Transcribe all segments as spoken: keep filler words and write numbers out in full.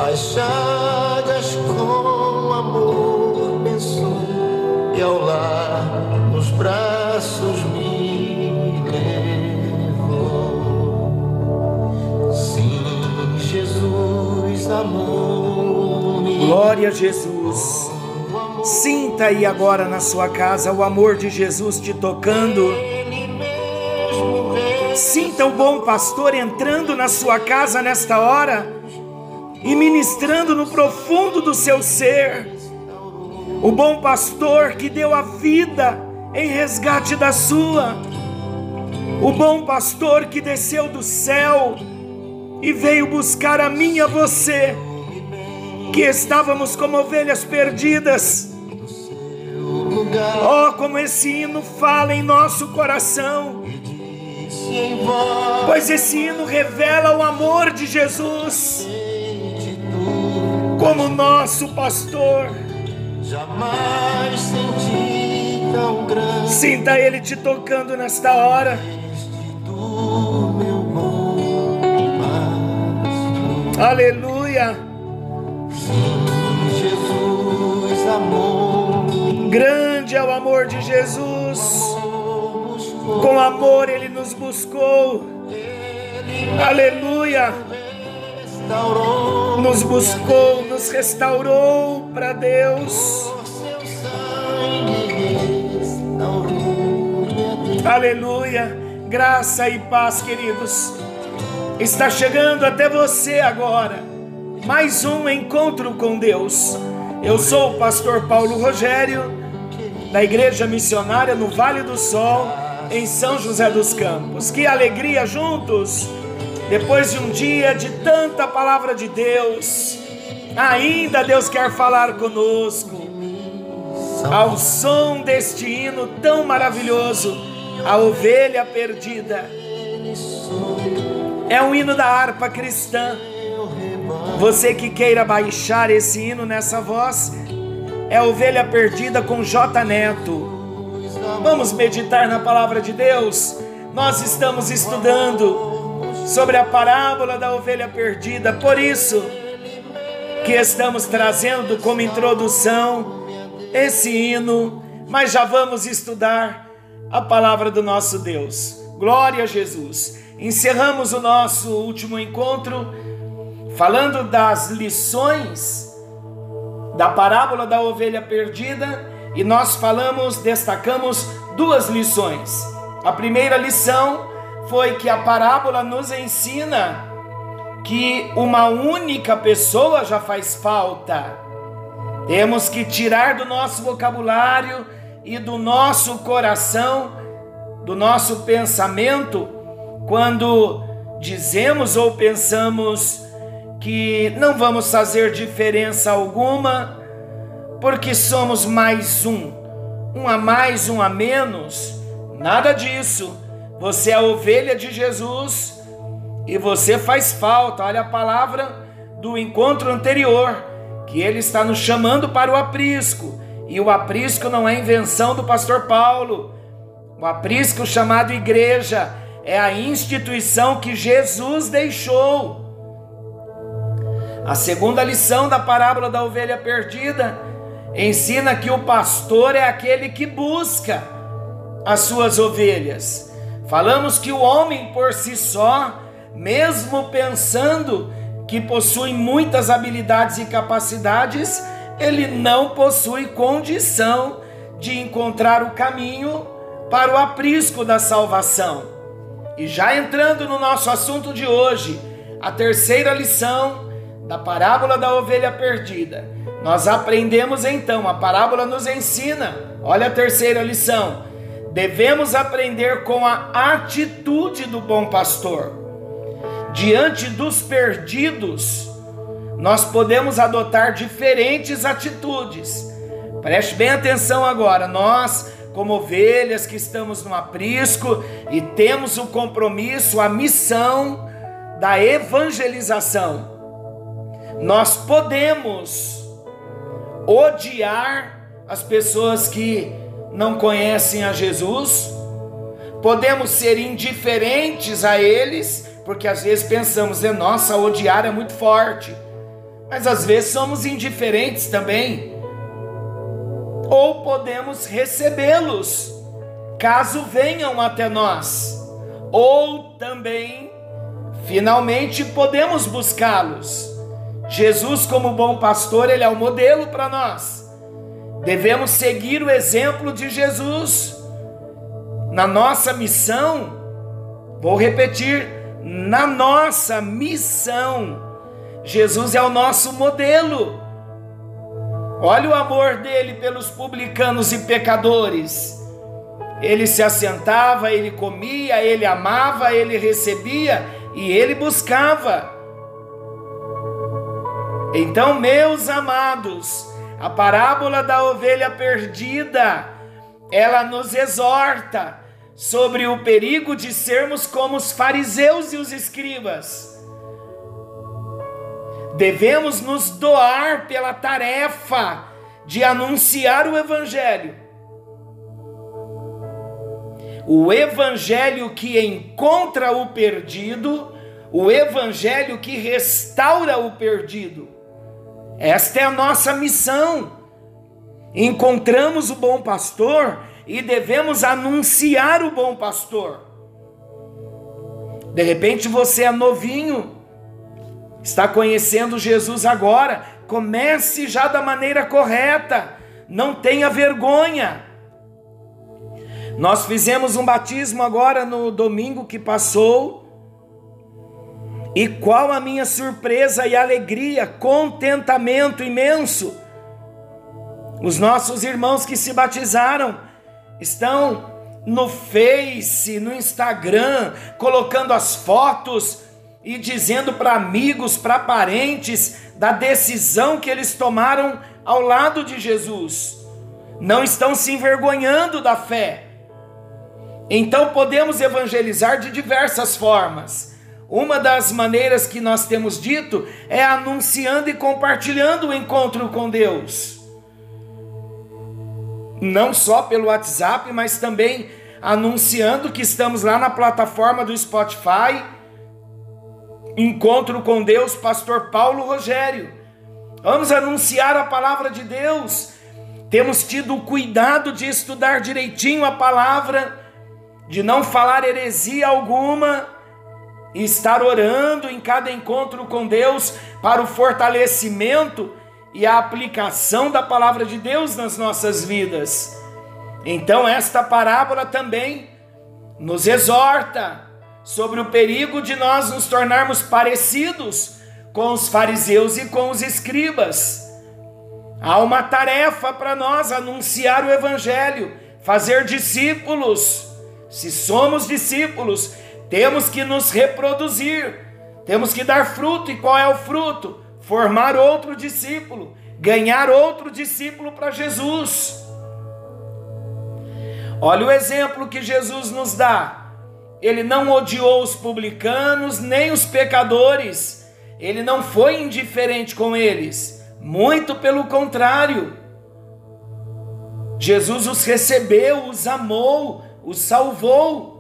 as chagas com amor pensou, e ao lar nos braços me levou. Sim, Jesus amou-me. Glória a Jesus. Sinta aí agora na sua casa o amor de Jesus te tocando. Sinta o bom pastor entrando na sua casa nesta hora e ministrando no profundo do seu ser. O bom pastor que deu a vida em resgate da sua. O bom pastor que desceu do céu e veio buscar a mim e a você, que estávamos como ovelhas perdidas. Oh, como esse hino fala em nosso coração, pois esse hino revela o amor de Jesus como nosso pastor. Jamais senti tão grande. Sinta Ele te tocando nesta hora. Do meu bom pastor. Aleluia. Sim, Jesus amou. Grande é o amor de Jesus. Com amor Ele nos buscou. Aleluia. Nos buscou, nos restaurou para Deus. Aleluia. Graça e paz, queridos. Está chegando até você agora mais um encontro com Deus. Eu sou o pastor Paulo Rogério, da Igreja Missionária no Vale do Sol, em São José dos Campos. Que alegria juntos, depois de um dia de tanta palavra de Deus, ainda Deus quer falar conosco, ao som deste hino tão maravilhoso, a ovelha perdida. É um hino da harpa cristã. Você que queira baixar esse hino nessa voz, é Ovelha Perdida com J. Neto. Vamos meditar na palavra de Deus. Nós estamos estudando sobre a parábola da ovelha perdida, por isso que estamos trazendo como introdução esse hino, mas já vamos estudar a palavra do nosso Deus. Glória a Jesus. Encerramos o nosso último encontro falando das lições da parábola da ovelha perdida, e nós falamos, destacamos duas lições. A primeira lição foi que a parábola nos ensina que uma única pessoa já faz falta. Temos que tirar do nosso vocabulário e do nosso coração, do nosso pensamento, quando dizemos ou pensamos que não vamos fazer diferença alguma, porque somos mais um, um a mais, um a menos. Nada disso. Você é a ovelha de Jesus e você faz falta. Olha a palavra do encontro anterior, que ele está nos chamando para o aprisco, e o aprisco não é invenção do pastor Paulo. O aprisco, chamado igreja, é a instituição que Jesus deixou. A segunda lição da parábola da ovelha perdida ensina que o pastor é aquele que busca as suas ovelhas. Falamos que o homem por si só, mesmo pensando que possui muitas habilidades e capacidades, ele não possui condição de encontrar o caminho para o aprisco da salvação. E já entrando no nosso assunto de hoje, a terceira lição da parábola da ovelha perdida, nós aprendemos então, a parábola nos ensina, olha a terceira lição: devemos aprender com a atitude do bom pastor. Diante dos perdidos, nós podemos adotar diferentes atitudes. Preste bem atenção agora. Nós, como ovelhas que estamos no aprisco e temos o compromisso, a missão da evangelização, nós podemos odiar as pessoas que não conhecem a Jesus, podemos ser indiferentes a eles, porque às vezes pensamos, nossa, odiar é muito forte. mas às vezes somos indiferentes também. Ou podemos recebê-los, caso venham até nós. Ou também, finalmente, podemos buscá-los. Jesus, como bom pastor, ele é o modelo para nós. Devemos seguir o exemplo de Jesus. Na nossa missão, vou repetir, na nossa missão, Jesus é o nosso modelo. Olha o amor dele pelos publicanos e pecadores. Ele se assentava, ele comia, ele amava, ele recebia e ele buscava. Então, meus amados, a parábola da ovelha perdida, ela nos exorta sobre o perigo de sermos como os fariseus e os escribas. Devemos nos doar pela tarefa de anunciar o Evangelho. O Evangelho que encontra o perdido, o Evangelho que restaura o perdido. Esta é a nossa missão. Encontramos o bom pastor e devemos anunciar o bom pastor. De repente você é novinho, está conhecendo Jesus agora, comece já da maneira correta, não tenha vergonha. Nós fizemos um batismo agora no domingo que passou, e qual a minha surpresa e alegria, contentamento imenso. Os nossos irmãos que se batizaram estão no Face, no Instagram, colocando as fotos e dizendo para amigos, para parentes, da decisão que eles tomaram ao lado de Jesus. Não estão se envergonhando da fé. Então podemos evangelizar de diversas formas. Uma das maneiras que nós temos dito é anunciando e compartilhando o encontro com Deus. Não só pelo WhatsApp, mas também anunciando que estamos lá na plataforma do Spotify. Encontro com Deus, Pastor Paulo Rogério. Vamos anunciar a palavra de Deus. Temos tido o cuidado de estudar direitinho a palavra, de não falar heresia alguma, e estar orando em cada encontro com Deus para o fortalecimento e a aplicação da palavra de Deus nas nossas vidas. Então esta parábola também nos exorta sobre o perigo de nós nos tornarmos parecidos com os fariseus e com os escribas. Há uma tarefa para nós: anunciar o Evangelho, fazer discípulos. Se somos discípulos, temos que nos reproduzir, temos que dar fruto. E qual é o fruto? Formar outro discípulo, ganhar outro discípulo para Jesus. Olha o exemplo que Jesus nos dá. Ele não odiou os publicanos nem os pecadores, ele não foi indiferente com eles, muito pelo contrário. Jesus os recebeu, os amou, os salvou.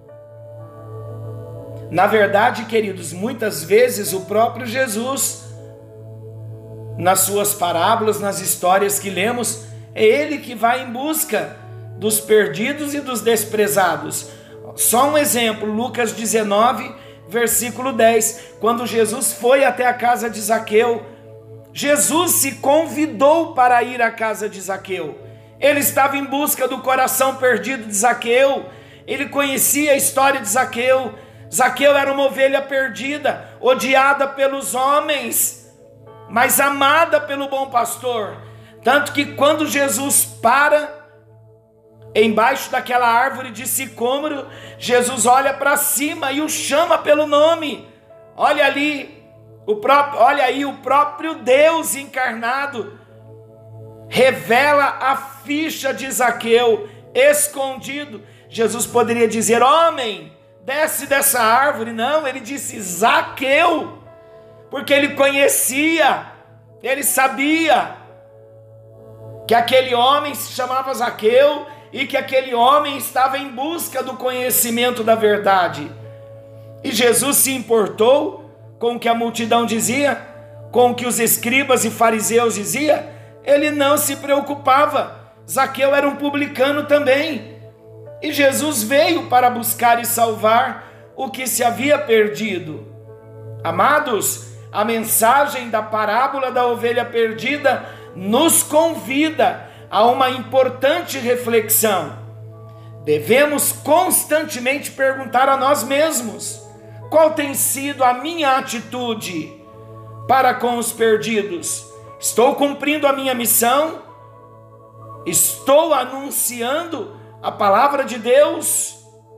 Na verdade, queridos, muitas vezes o próprio Jesus, nas suas parábolas, nas histórias que lemos, é ele que vai em busca dos perdidos e dos desprezados. Só um exemplo, Lucas dezenove, versículo dez, quando Jesus foi até a casa de Zaqueu, Jesus se convidou para ir à casa de Zaqueu. Ele estava em busca do coração perdido de Zaqueu, ele conhecia a história de Zaqueu. Zaqueu era uma ovelha perdida, odiada pelos homens, mas amada pelo bom pastor. Tanto que quando Jesus para embaixo daquela árvore de sicômoro, Jesus olha para cima e o chama pelo nome. Olha ali, o próprio, olha aí, o próprio Deus encarnado revela a ficha de Zaqueu, escondido. Jesus poderia dizer: homem, desce dessa árvore. Não, ele disse Zaqueu, porque ele conhecia, ele sabia que aquele homem se chamava Zaqueu e que aquele homem estava em busca do conhecimento da verdade. E Jesus se importou com o que a multidão dizia. com o que os escribas e fariseus diziam, ele não se preocupava. Zaqueu era um publicano também. E Jesus veio para buscar e salvar o que se havia perdido. Amados, a mensagem da parábola da ovelha perdida nos convida a uma importante reflexão. Devemos constantemente perguntar a nós mesmos: qual tem sido a minha atitude para com os perdidos? Estou cumprindo a minha missão? Estou anunciando a palavra de Deus?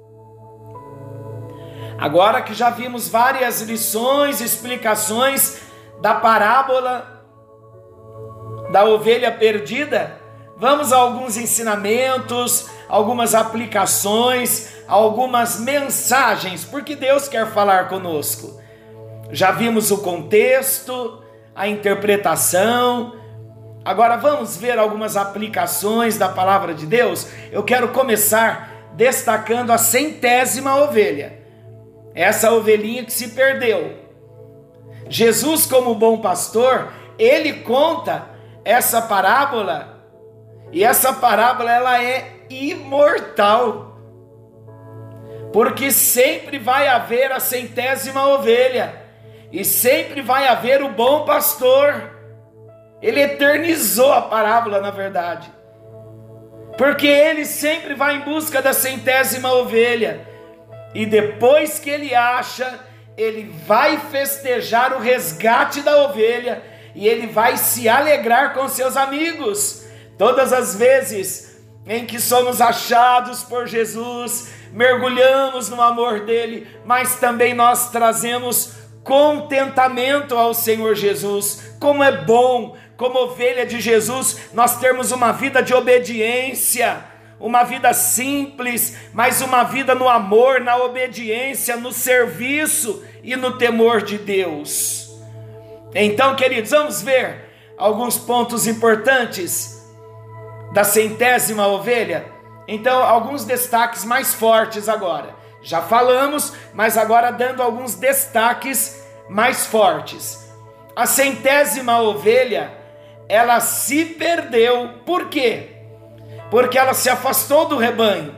Agora que já vimos várias lições, explicações da parábola da ovelha perdida, vamos a alguns ensinamentos, algumas aplicações, algumas mensagens, porque Deus quer falar conosco. Já vimos o contexto, a interpretação. Agora vamos ver algumas aplicações da palavra de Deus. Eu quero começar destacando a centésima ovelha, essa ovelhinha que se perdeu. Jesus, como bom pastor, ele conta essa parábola, e essa parábola ela é imortal, porque sempre vai haver a centésima ovelha, e sempre vai haver o bom pastor. Ele eternizou a parábola, na verdade, porque ele sempre vai em busca da centésima ovelha, e depois que ele acha, ele vai festejar o resgate da ovelha, e ele vai se alegrar com seus amigos. Todas as vezes em que somos achados por Jesus, mergulhamos no amor dele, mas também nós trazemos contentamento ao Senhor Jesus. Como é bom, como ovelha de Jesus, nós termos uma vida de obediência, uma vida simples, mas uma vida no amor, na obediência, no serviço e no temor de Deus. Então, queridos, vamos ver alguns pontos importantes da centésima ovelha. Então, alguns destaques mais fortes agora. Já falamos, mas agora dando alguns destaques mais fortes. A centésima ovelha, ela se perdeu. Por quê? Porque ela se afastou do rebanho.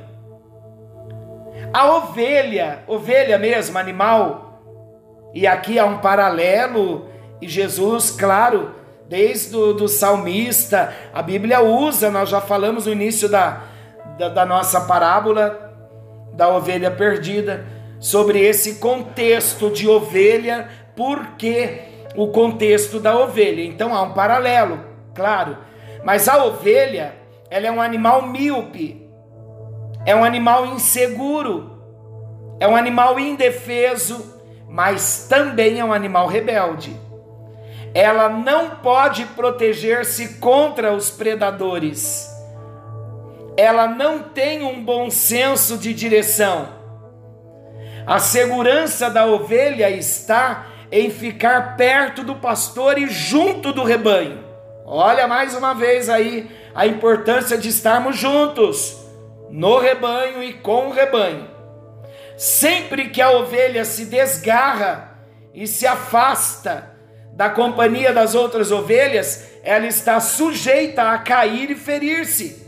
A ovelha, ovelha mesmo, animal, e aqui há um paralelo, e Jesus, claro, desde o do salmista, a Bíblia usa, nós já falamos no início da, da, da nossa parábola da ovelha perdida, sobre esse contexto de ovelha, porque o contexto da ovelha. Então há um paralelo, claro, mas a ovelha, ela é um animal míope, é um animal inseguro, é um animal indefeso, mas também é um animal rebelde. Ela não pode proteger-se contra os predadores. Ela não tem um bom senso de direção. A segurança da ovelha está em ficar perto do pastor e junto do rebanho. Olha mais uma vez aí a importância de estarmos juntos, no rebanho e com o rebanho. Sempre que a ovelha se desgarra e se afasta da companhia das outras ovelhas, ela está sujeita a cair e ferir-se.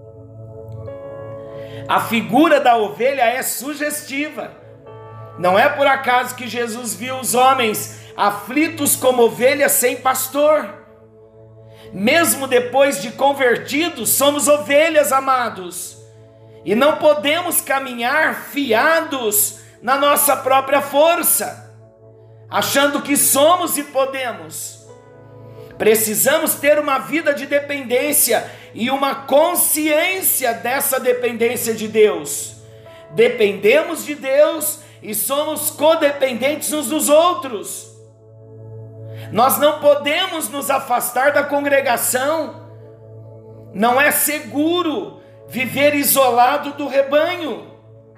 A figura da ovelha é sugestiva. Não é por acaso que Jesus viu os homens aflitos como ovelhas sem pastor. Mesmo depois de convertidos, somos ovelhas, amados, e não podemos caminhar fiados na nossa própria força, achando que somos e podemos. Precisamos ter uma vida de dependência e uma consciência dessa dependência de Deus. Dependemos de Deus e somos codependentes uns dos outros. Nós não podemos nos afastar da congregação. Não é seguro viver isolado do rebanho.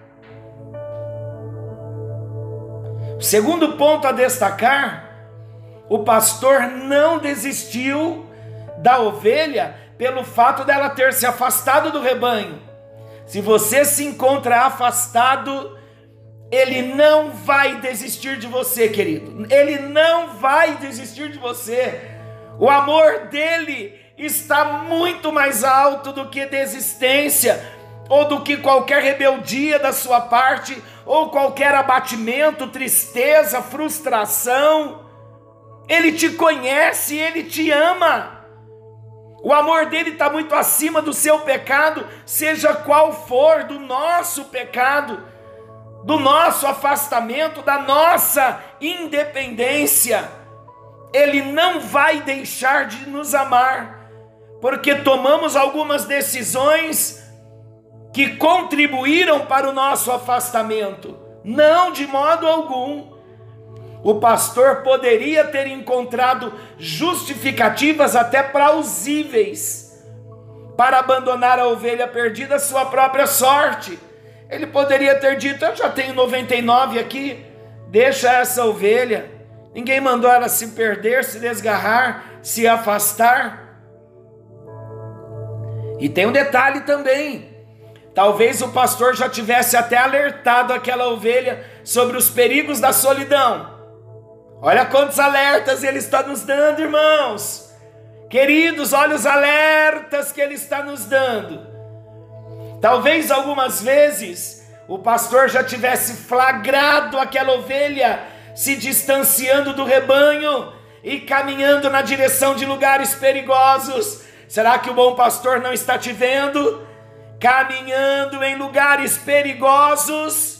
Segundo ponto a destacar: o pastor não desistiu da ovelha pelo fato dela ter se afastado do rebanho. Se você se encontra afastado, Ele não vai desistir de você, querido. Ele não vai desistir de você. O amor dele está muito mais alto do que desistência, ou do que qualquer rebeldia da sua parte, ou qualquer abatimento, tristeza, frustração. Ele te conhece, ele te ama. O amor dele está muito acima do seu pecado, seja qual for, do nosso pecado, do nosso afastamento, da nossa independência. Ele não vai deixar de nos amar, porque tomamos algumas decisões que contribuíram para o nosso afastamento. Não, de modo algum. O pastor poderia ter encontrado justificativas até plausíveis para abandonar a ovelha perdida à sua própria sorte. Ele poderia ter dito: eu já tenho noventa e nove aqui, deixa essa ovelha. Ninguém mandou ela se perder, se desgarrar, se afastar. E tem um detalhe também. Talvez o pastor já tivesse até alertado aquela ovelha sobre os perigos da solidão. Olha quantos alertas ele está nos dando, irmãos. Queridos, olha os alertas que ele está nos dando. Talvez algumas vezes o pastor já tivesse flagrado aquela ovelha se distanciando do rebanho e caminhando na direção de lugares perigosos. Será que o bom pastor não está te vendo? Caminhando em lugares perigosos?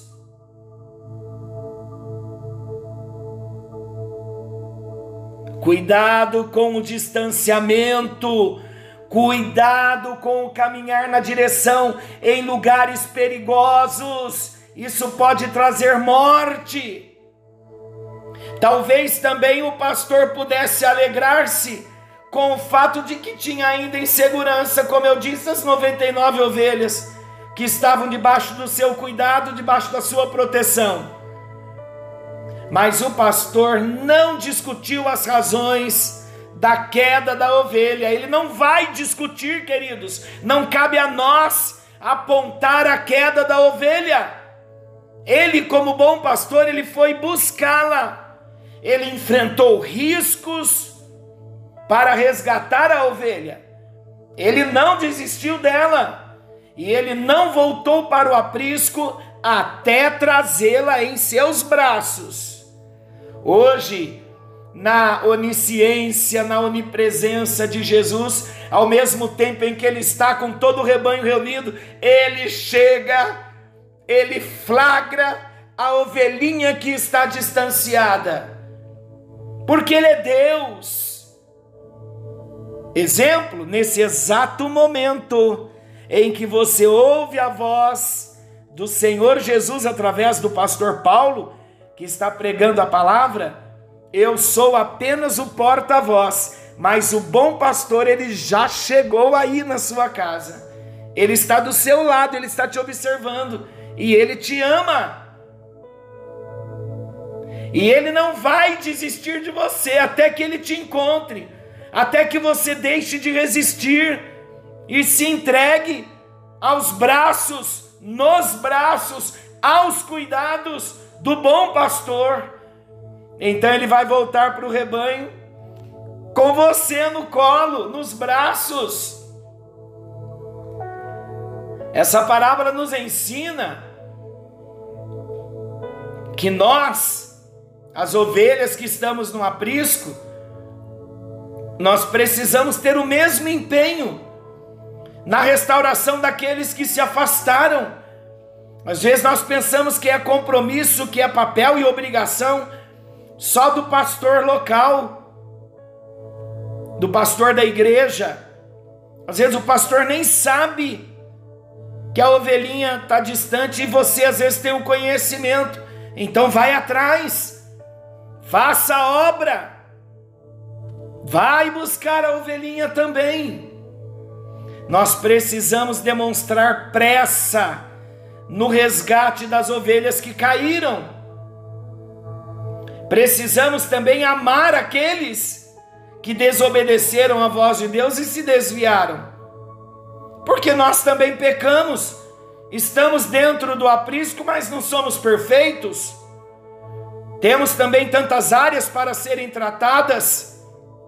Cuidado com o distanciamento, cuidado com o caminhar na direção em lugares perigosos. Isso pode trazer morte. Talvez também o pastor pudesse alegrar-se com o fato de que tinha ainda em segurança, como eu disse, as noventa e nove ovelhas que estavam debaixo do seu cuidado, debaixo da sua proteção. Mas o pastor não discutiu as razões da queda da ovelha. Ele não vai discutir, queridos. Não cabe a nós apontar a queda da ovelha. Ele, como bom pastor, ele foi buscá-la. Ele enfrentou riscos para resgatar a ovelha. Ele não desistiu dela. E ele não voltou para o aprisco até trazê-la em seus braços. Hoje, na onisciência, na onipresença de Jesus, ao mesmo tempo em que ele está com todo o rebanho reunido, ele chega, ele flagra a ovelhinha que está distanciada, porque ele é Deus. Exemplo, nesse exato momento em que você ouve a voz do Senhor Jesus através do pastor Paulo, que está pregando a palavra, eu sou apenas o porta-voz, mas o bom pastor, ele já chegou aí na sua casa, ele está do seu lado, ele está te observando, e ele te ama, e ele não vai desistir de você, até que ele te encontre, até que você deixe de resistir, e se entregue aos braços, nos braços, aos cuidados do bom pastor. Então ele vai voltar para o rebanho com você no colo, nos braços. Essa parábola nos ensina que nós, as ovelhas que estamos no aprisco, nós precisamos ter o mesmo empenho na restauração daqueles que se afastaram. Às vezes nós pensamos que é compromisso, que é papel e obrigação só do pastor local, do pastor da igreja. Às vezes o pastor nem sabe que a ovelhinha está distante e você às vezes tem o conhecimento. Então vai atrás, faça a obra, vai buscar a ovelhinha também. Nós precisamos demonstrar pressa no resgate das ovelhas que caíram. Precisamos também amar aqueles que desobedeceram a voz de Deus e se desviaram, porque nós também pecamos Estamos dentro do aprisco, mas não somos perfeitos. Temos também tantas áreas para serem tratadas.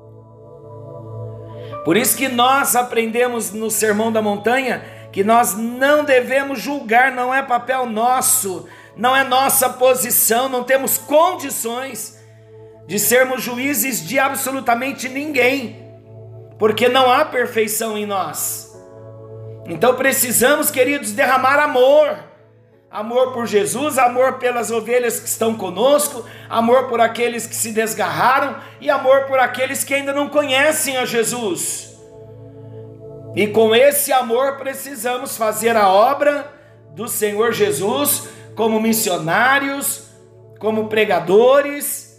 Por isso que nós aprendemos no Sermão da Montanha que nós não devemos julgar, não é papel nosso, não é nossa posição, não temos condições de sermos juízes de absolutamente ninguém, porque não há perfeição em nós. Então precisamos, queridos, derramar amor, amor por Jesus, amor pelas ovelhas que estão conosco, amor por aqueles que se desgarraram e amor por aqueles que ainda não conhecem a Jesus. E com esse amor precisamos fazer a obra do Senhor Jesus como missionários, como pregadores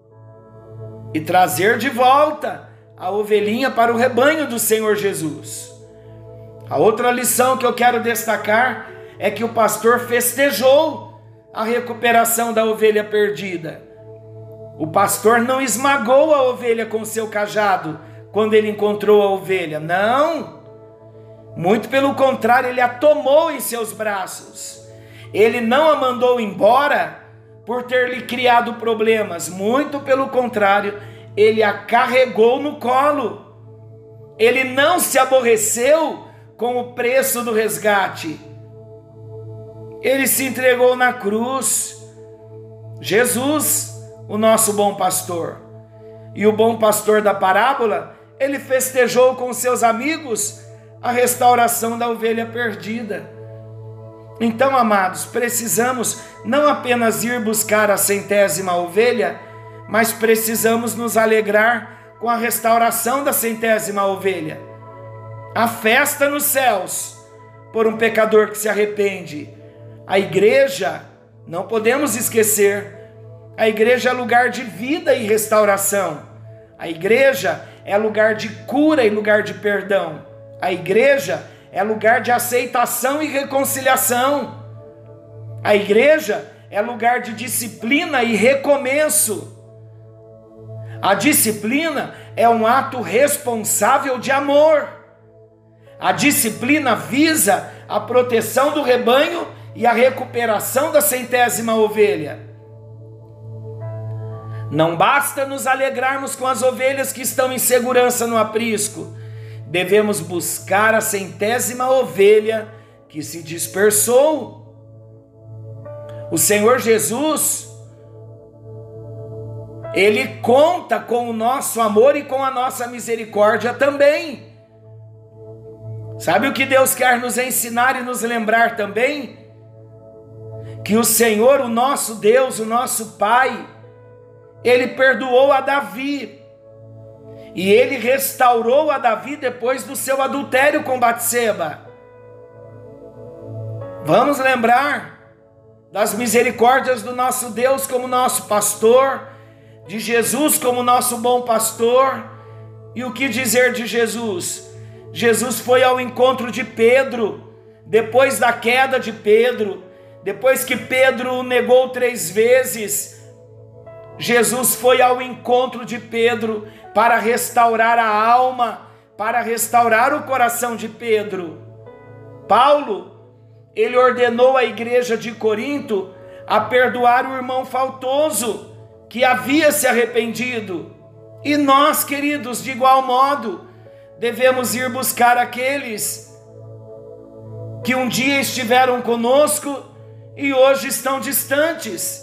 e trazer de volta a ovelhinha para o rebanho do Senhor Jesus. A outra lição que eu quero destacar é que o pastor festejou a recuperação da ovelha perdida. O pastor não esmagou a ovelha com seu cajado quando ele encontrou a ovelha, não. Muito pelo contrário, ele a tomou em seus braços. Ele não a mandou embora por ter lhe criado problemas. Muito pelo contrário, ele a carregou no colo. Ele não se aborreceu com o preço do resgate. Ele se entregou na cruz. Jesus, o nosso bom pastor. E o bom pastor da parábola, ele festejou com seus amigos a restauração da ovelha perdida. Então, amados, precisamos não apenas ir buscar a centésima ovelha, mas precisamos nos alegrar com a restauração da centésima ovelha. A festa nos céus por um pecador que se arrepende. A igreja, não podemos esquecer, a igreja é lugar de vida e restauração. A igreja é lugar de cura e lugar de perdão. A igreja é lugar de aceitação e reconciliação. A igreja é lugar de disciplina e recomeço. A disciplina é um ato responsável de amor. A disciplina visa a proteção do rebanho e a recuperação da centésima ovelha. Não basta nos alegrarmos com as ovelhas que estão em segurança no aprisco. Devemos buscar a centésima ovelha que se dispersou. O Senhor Jesus, Ele conta com o nosso amor e com a nossa misericórdia também. Sabe o que Deus quer nos ensinar e nos lembrar também? Que o Senhor, o nosso Deus, o nosso Pai, Ele perdoou a Davi. E ele restaurou a Davi depois do seu adultério com Batseba. Vamos lembrar das misericórdias do nosso Deus como nosso pastor, de Jesus como nosso bom pastor. E o que dizer de Jesus? Jesus foi ao encontro de Pedro, depois da queda de Pedro, depois que Pedro o negou três vezes. Jesus foi ao encontro de Pedro para restaurar a alma, para restaurar o coração de Pedro. Paulo, ele ordenou à igreja de Corinto a perdoar o irmão faltoso que havia se arrependido. E nós, queridos, de igual modo, devemos ir buscar aqueles que um dia estiveram conosco e hoje estão distantes.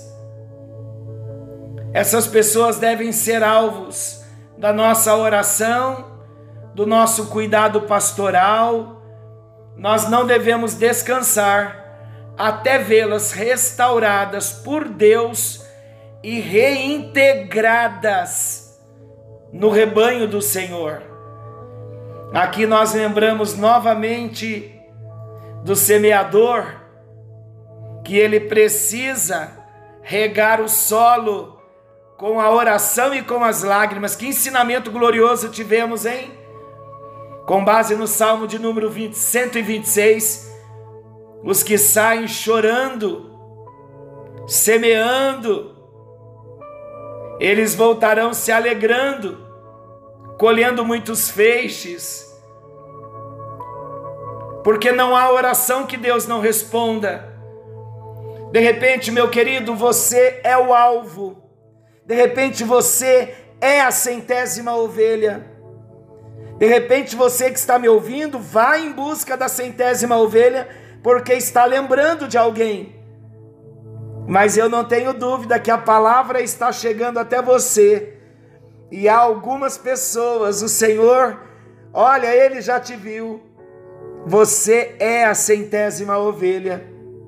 Essas pessoas devem ser alvos da nossa oração, do nosso cuidado pastoral. Nós não devemos descansar até vê-las restauradas por Deus e reintegradas no rebanho do Senhor. Aqui nós lembramos novamente do semeador, que ele precisa regar o solo com a oração e com as lágrimas. Que ensinamento glorioso tivemos, hein? Com base no Salmo de número vinte, cento e vinte e seis, os que saem chorando, semeando, eles voltarão se alegrando, colhendo muitos feixes. porque não há oração que Deus não responda. De repente, meu querido, você é o alvo. De repente você é a centésima ovelha. De repente você que está me ouvindo, vai em busca da centésima ovelha, porque está lembrando de alguém. Mas eu não tenho dúvida que a palavra está chegando até você. E há algumas pessoas, o Senhor, olha, Ele já te viu. Você é a centésima ovelha.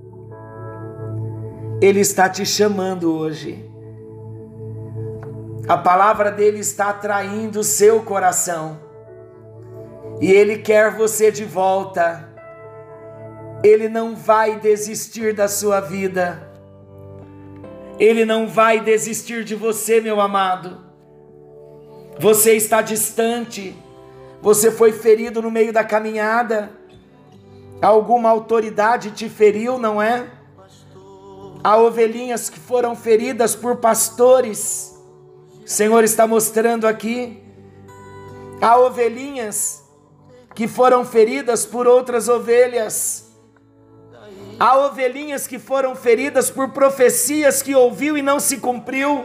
Ele está te chamando hoje. A palavra dele está atraindo o seu coração. E ele quer você de volta. Ele não vai desistir da sua vida. Ele não vai desistir de você, meu amado. Você está distante. Você foi ferido no meio da caminhada. Alguma autoridade te feriu, não é? Há ovelhinhas que foram feridas por pastores. O Senhor está mostrando aqui. Há ovelhinhas que foram feridas por outras ovelhas. Há ovelhinhas que foram feridas por profecias que ouviu e não se cumpriu.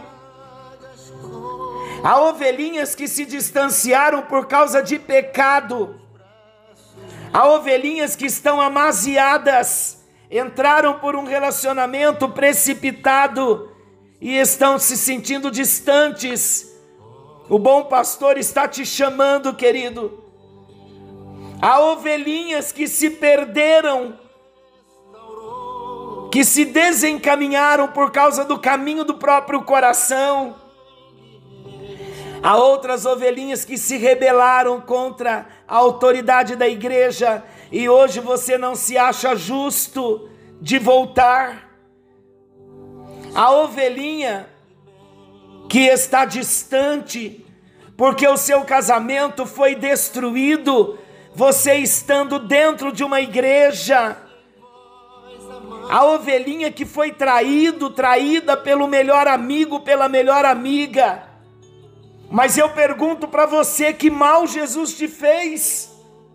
Há ovelhinhas que se distanciaram por causa de pecado. Há ovelhinhas que estão amaziadas, entraram por um relacionamento precipitado e estão se sentindo distantes. O bom pastor está te chamando, querido. Há ovelhinhas que se perderam, que se desencaminharam por causa do caminho do próprio coração. Há outras ovelhinhas que se rebelaram contra a autoridade da igreja e hoje você não se acha justo de voltar. A ovelhinha que está distante porque o seu casamento foi destruído, você estando dentro de uma igreja. A ovelhinha que foi traído, traída pelo melhor amigo, pela melhor amiga. Mas eu pergunto para você, que mal Jesus te fez?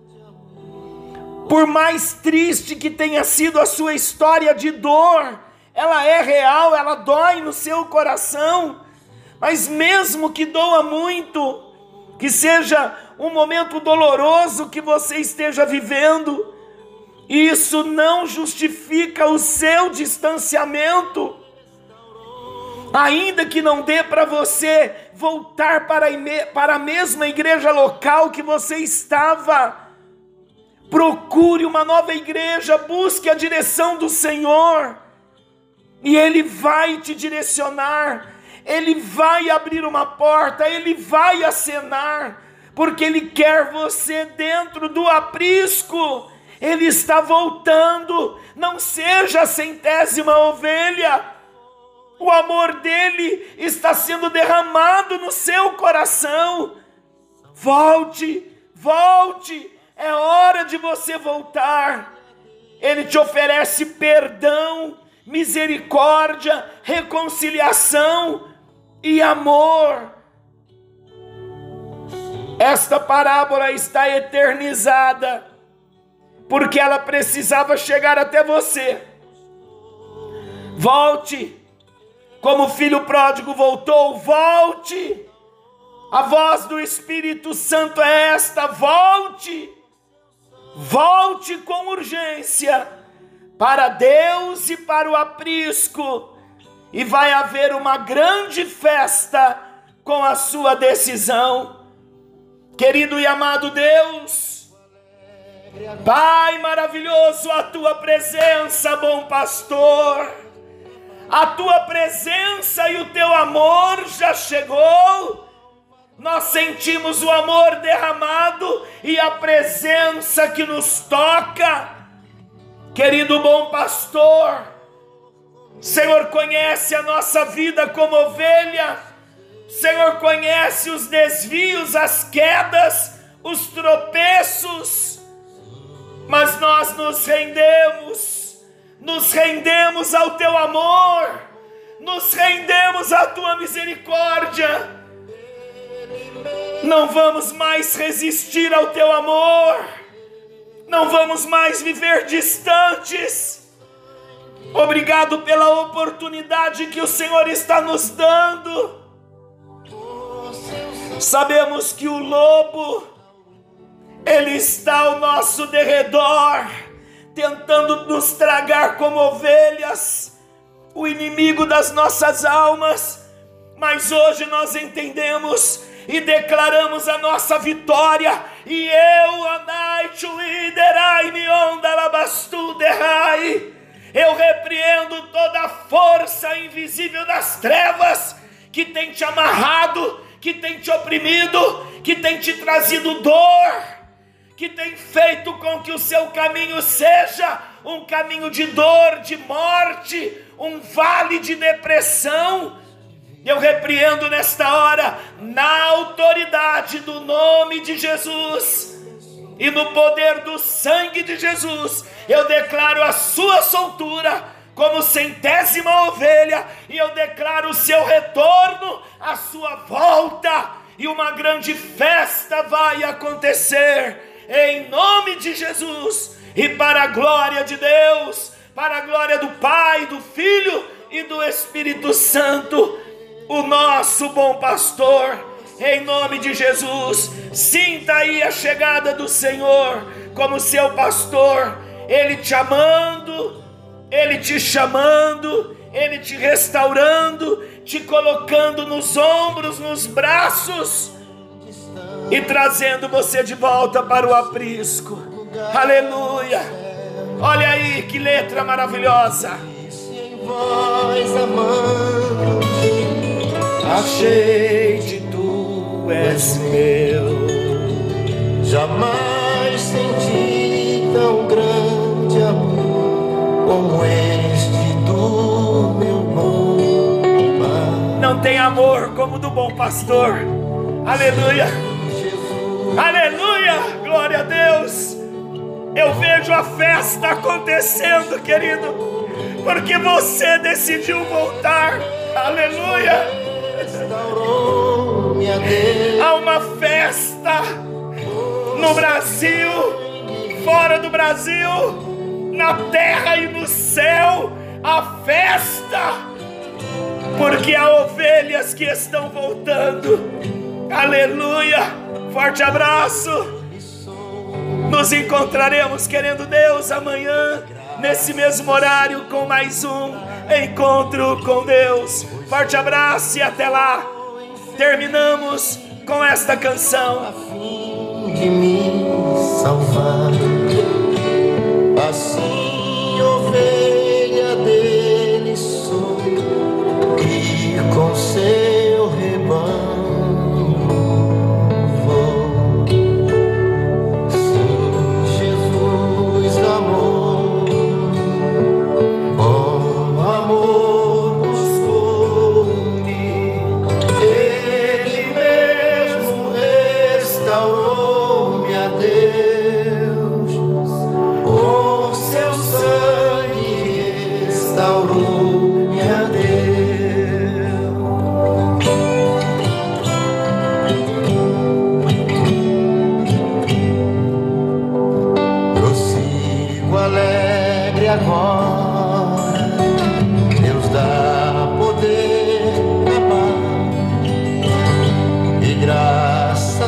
Por mais triste que tenha sido a sua história de dor, ela é real, ela dói no seu coração, mas mesmo que doa muito, que seja um momento doloroso que você esteja vivendo, isso não justifica o seu distanciamento. Ainda que não dê para você voltar para a, para a mesma igreja local que você estava, procure uma nova igreja, busque a direção do Senhor, e Ele vai te direcionar, Ele vai abrir uma porta, Ele vai acenar, porque Ele quer você dentro do aprisco. Ele está voltando. Não seja a centésima ovelha. O amor dele está sendo derramado no seu coração. Volte, volte, é hora de você voltar. Ele te oferece perdão, misericórdia, reconciliação e amor. Esta parábola está eternizada, porque ela precisava chegar até você. Volte. Como o filho pródigo voltou, volte. A voz do Espírito Santo é esta: volte. Volte com urgência para Deus e para o aprisco, e vai haver uma grande festa com a sua decisão. Querido e amado Deus, Pai maravilhoso, a tua presença, bom pastor, a tua presença e o teu amor já chegou. Nós sentimos o amor derramado e a presença que nos toca. Querido bom pastor, Senhor conhece a nossa vida como ovelha, Senhor conhece os desvios, as quedas, os tropeços, mas nós nos rendemos. Nos rendemos ao teu amor, nos rendemos à tua misericórdia. Não vamos mais resistir ao teu amor, Não vamos mais viver distantes. Obrigado pela oportunidade que o Senhor está nos dando. Sabemos que o lobo, ele está ao nosso derredor, tentando nos tragar como ovelhas, o inimigo das nossas almas. Mas hoje nós entendemos e declaramos a nossa vitória. E eu, Anaitu Liderai Nionda Labastu Derrai, eu repreendo toda a força invisível das trevas que tem te amarrado, que tem te oprimido, que tem te trazido dor, que tem feito com que o seu caminho seja um caminho de dor, de morte, um vale de depressão. Eu repreendo nesta hora, na autoridade do nome de Jesus e no poder do sangue de Jesus, eu declaro a sua soltura como centésima ovelha, e eu declaro o seu retorno, a sua volta, e uma grande festa vai acontecer, em nome de Jesus, e para a glória de Deus, para a glória do Pai, do Filho e do Espírito Santo, o nosso bom pastor, em nome de Jesus. Sinta aí a chegada do Senhor como seu pastor, Ele te amando, Ele te chamando, Ele te restaurando, te colocando nos ombros, nos braços e trazendo você de volta para o aprisco. Aleluia! Olha aí que letra maravilhosa. Voz amante, achei-te, tu és meu. jamais senti tão grande amor como este do meu bom Pai. Não tem amor como o do bom pastor. Aleluia! Aleluia! Glória a Deus! Eu vejo a festa acontecendo, querido, porque você decidiu voltar. Aleluia! Restaurou minha Deus. Há uma festa no Brasil, fora do Brasil, na terra e no céu. A festa, porque há ovelhas que estão voltando. Aleluia! Forte abraço. Nos encontraremos, querendo Deus, amanhã, nesse mesmo horário, com mais um Encontro com Deus. Forte abraço e até lá. Terminamos com esta canção. A fim de me salvar, assim ovelha dele sou, e com seu rebanho vou. Sim, Jesus amou, com amor buscou-me, Ele mesmo restaurou-me a Deus, com seu sangue restaurou-me a Deus. Prossigo alegre agora, Deus dá poder amar, e graça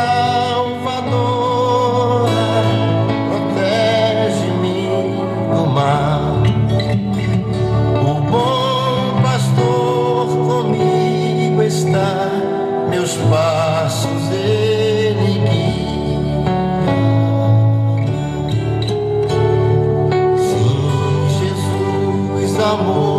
salvadora protege-me do mal. O bom pastor comigo está, meus passos ele guia. Sim, Jesus amor